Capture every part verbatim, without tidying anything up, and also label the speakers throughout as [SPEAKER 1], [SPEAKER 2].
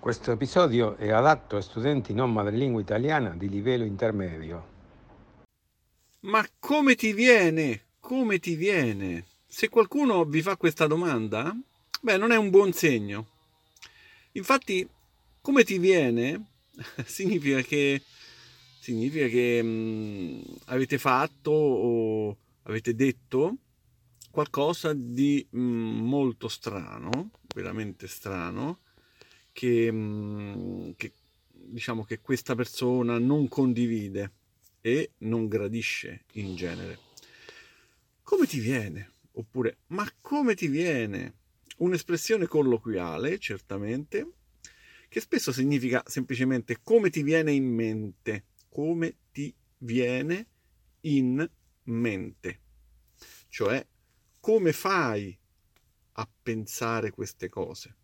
[SPEAKER 1] Questo episodio è adatto a studenti non madrelingua italiana di livello intermedio.
[SPEAKER 2] Ma come ti viene? Come ti viene? Se qualcuno vi fa questa domanda, beh, non è un buon segno. Infatti, come ti viene significa che, significa che mh, avete fatto o avete detto qualcosa di mh, molto strano, veramente strano, che, mh, che diciamo che questa persona non condivide e non gradisce in genere. Come ti viene? Oppure, ma come ti viene? Un'espressione colloquiale, certamente, che spesso significa semplicemente come ti viene in mente, come ti viene in mente, cioè come fai a pensare queste cose.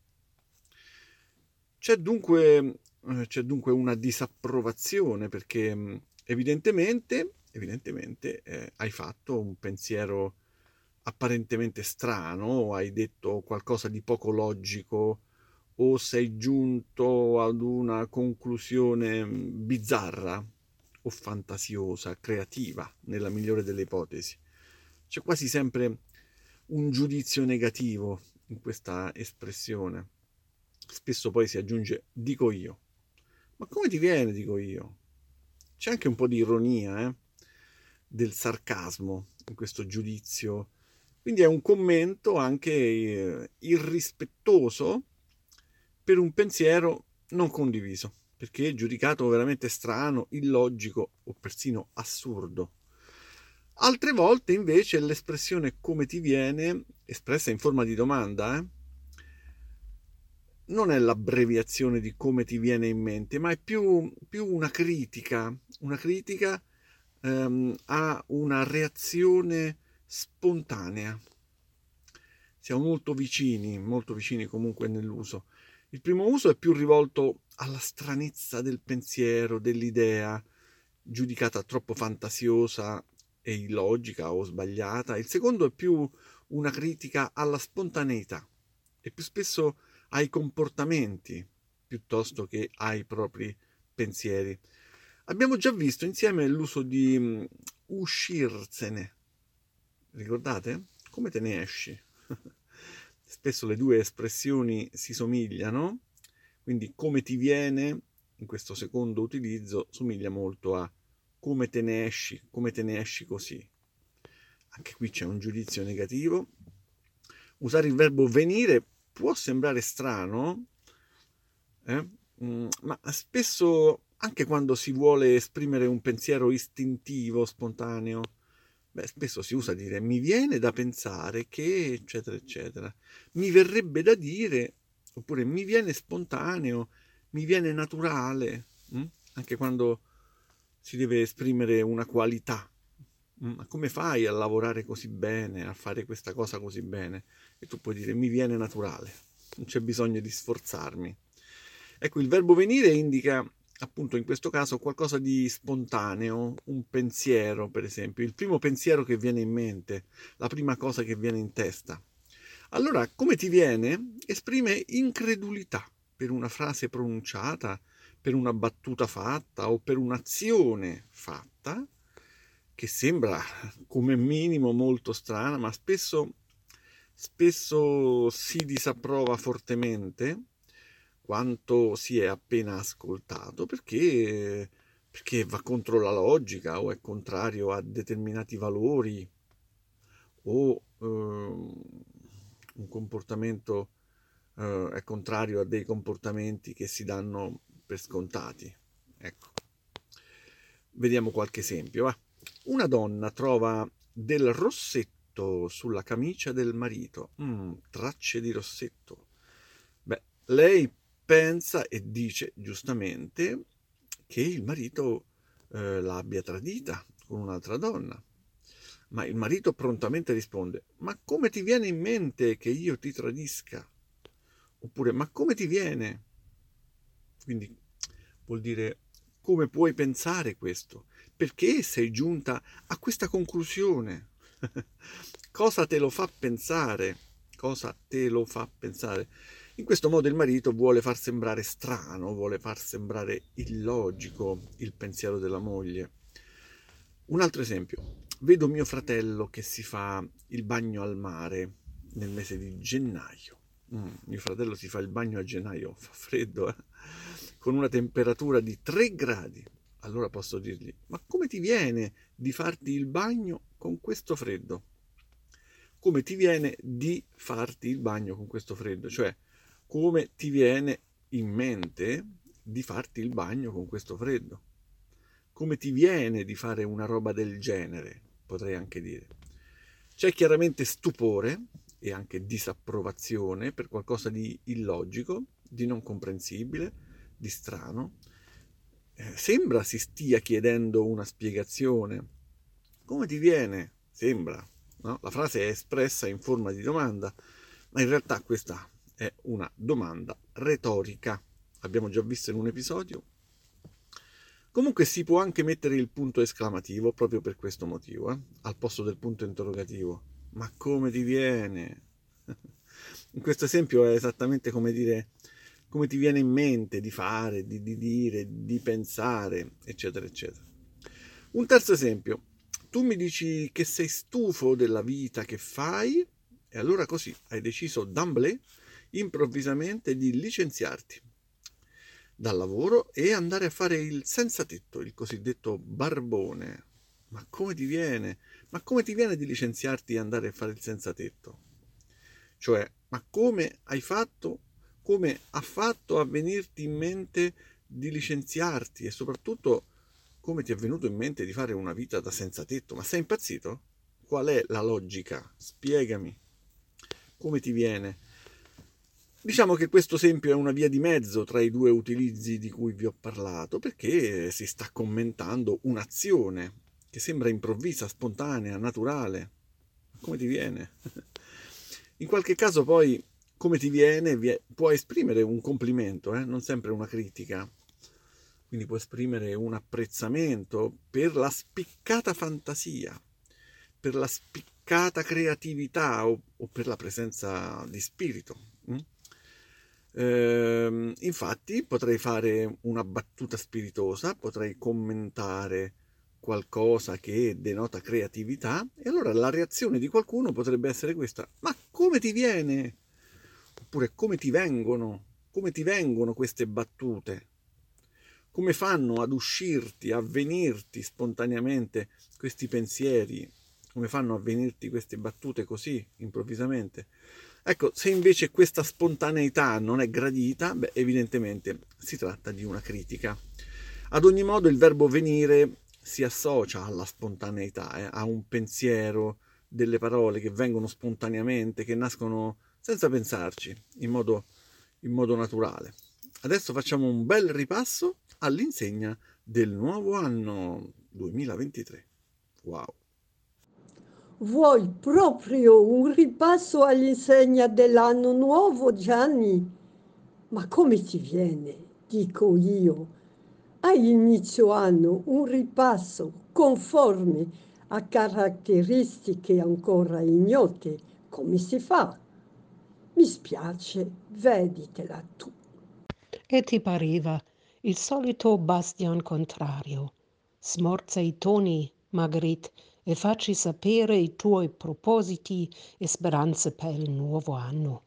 [SPEAKER 2] C'è dunque, eh, c'è dunque una disapprovazione perché mh, evidentemente, evidentemente eh, hai fatto un pensiero apparentemente strano, o hai detto qualcosa di poco logico, o sei giunto ad una conclusione mh, bizzarra o fantasiosa, creativa, nella migliore delle ipotesi. C'è quasi sempre un giudizio negativo in questa espressione. Spesso poi si aggiunge dico io. Ma come ti viene, dico io? C'è anche un po' di ironia, eh? Del sarcasmo in questo giudizio. Quindi è un commento anche eh, irrispettoso per un pensiero non condiviso, perché è giudicato veramente strano, illogico o persino assurdo. Altre volte invece l'espressione come ti viene, espressa in forma di domanda, eh, non è l'abbreviazione di come ti viene in mente, ma è più, più una critica, una critica ehm, a una reazione spontanea. Siamo molto vicini, molto vicini comunque nell'uso. Il primo uso è più rivolto alla stranezza del pensiero, dell'idea, giudicata troppo fantasiosa e illogica o sbagliata. Il secondo è più una critica alla spontaneità e più spesso ai comportamenti piuttosto che ai propri pensieri. Abbiamo già visto insieme l'uso di mh, uscirsene. Ricordate? Come te ne esci? Spesso le due espressioni si somigliano, quindi come ti viene, in questo secondo utilizzo, somiglia molto a come te ne esci, come te ne esci così. Anche qui c'è un giudizio negativo. Usare il verbo venire può sembrare strano, eh? Mm, ma spesso anche quando si vuole esprimere un pensiero istintivo, spontaneo, beh, spesso si usa dire mi viene da pensare che, eccetera, eccetera. Mi verrebbe da dire, oppure mi viene spontaneo, mi viene naturale, mm? Anche quando si deve esprimere una qualità. Mm, Ma come fai a lavorare così bene, a fare questa cosa così bene? E tu puoi dire mi viene naturale, non c'è bisogno di sforzarmi. Ecco, il verbo venire indica appunto in questo caso qualcosa di spontaneo, un pensiero per esempio, il primo pensiero che viene in mente, la prima cosa che viene in testa. Allora, come ti viene? Esprime incredulità per una frase pronunciata, per una battuta fatta o per un'azione fatta che sembra come minimo molto strana, ma spesso, spesso si disapprova fortemente quanto si è appena ascoltato perché, perché va contro la logica o è contrario a determinati valori o ehm, un comportamento eh, è contrario a dei comportamenti che si danno per scontati. Ecco, vediamo qualche esempio. Va. Una donna trova del rossetto sulla camicia del marito. Mm, tracce di rossetto. Beh, lei pensa e dice giustamente che il marito eh, l'abbia tradita con un'altra donna. Ma il marito prontamente risponde: Ma come ti viene in mente che io ti tradisca? Oppure, ma come ti viene? Quindi vuol dire come puoi pensare questo? Perché sei giunta a questa conclusione? Cosa te lo fa pensare? Cosa te lo fa pensare? In questo modo il marito vuole far sembrare strano, vuole far sembrare illogico il pensiero della moglie. Un altro esempio: vedo mio fratello che si fa il bagno al mare nel mese di gennaio. Mm, mio fratello si fa il bagno a gennaio, fa freddo, eh? Con una temperatura di tre gradi. Allora posso dirgli: ma come ti viene di farti il bagno con questo freddo? Come ti viene di farti il bagno con questo freddo? Cioè, come ti viene in mente di farti il bagno con questo freddo? Come ti viene di fare una roba del genere? Potrei anche dire. C'è chiaramente stupore e anche disapprovazione per qualcosa di illogico, di non comprensibile, di strano. Eh, sembra si stia chiedendo una spiegazione. Come ti viene? Sembra, no? La frase è espressa in forma di domanda, ma in realtà questa è una domanda retorica. Abbiamo già visto in un episodio. Comunque si può anche mettere il punto esclamativo proprio per questo motivo, eh? Al posto del punto interrogativo. Ma come ti viene? In questo esempio è esattamente come dire: come ti viene in mente di fare, di, di dire, di pensare, eccetera, eccetera. Un terzo esempio: tu mi dici che sei stufo della vita che fai e allora così hai deciso d'emblée, improvvisamente, di licenziarti dal lavoro e andare a fare il senza tetto, il cosiddetto barbone. Ma come ti viene? Ma come ti viene di licenziarti e andare a fare il senza tetto? Cioè, ma come hai fatto, come ha fatto a venirti in mente di licenziarti e soprattutto come ti è venuto in mente di fare una vita da senza tetto? Ma sei impazzito? Qual è la logica? Spiegami. Come ti viene? Diciamo che questo esempio è una via di mezzo tra i due utilizzi di cui vi ho parlato, perché si sta commentando un'azione che sembra improvvisa, spontanea, naturale. Come ti viene? In qualche caso poi, come ti viene, può esprimere un complimento, eh? Non sempre una critica. Quindi può esprimere un apprezzamento per la spiccata fantasia, per la spiccata creatività o, o per la presenza di spirito. Mm? Ehm, infatti potrei fare una battuta spiritosa, potrei commentare qualcosa che denota creatività e allora la reazione di qualcuno potrebbe essere questa: ma come ti viene? Oppure come ti vengono? Come ti vengono queste battute? Come fanno ad uscirti, a venirti spontaneamente questi pensieri? Come fanno a venirti queste battute così, improvvisamente? Ecco, se invece questa spontaneità non è gradita, beh, evidentemente si tratta di una critica. Ad ogni modo il verbo venire si associa alla spontaneità, eh, a un pensiero, delle parole che vengono spontaneamente, che nascono senza pensarci, in modo, in modo naturale. Adesso facciamo un bel ripasso all'insegna del nuovo anno duemilaventitré. Wow!
[SPEAKER 3] Vuoi proprio un ripasso all'insegna dell'anno nuovo, Gianni? Ma come ti viene, dico io, a inizio anno un ripasso conforme a caratteristiche ancora ignote? Come si fa? Mi spiace, veditela tu.
[SPEAKER 4] E ti pareva il solito bastian contrario. Smorza i toni, Marguerite, e facci sapere i tuoi propositi e speranze per il nuovo anno.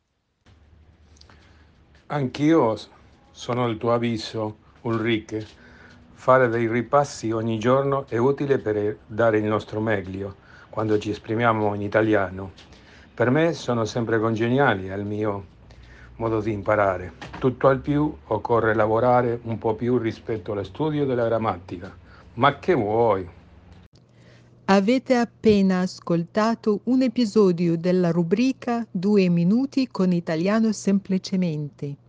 [SPEAKER 1] Anch'io sono il tuo avviso, Ulrike. Fare dei ripassi ogni giorno è utile per dare il nostro meglio quando ci esprimiamo in italiano. Per me sono sempre congeniali al mio modo di imparare. Tutto al più occorre lavorare un po' più rispetto allo studio della grammatica. Ma che vuoi?
[SPEAKER 5] Avete appena ascoltato un episodio della rubrica Due minuti con italiano semplicemente.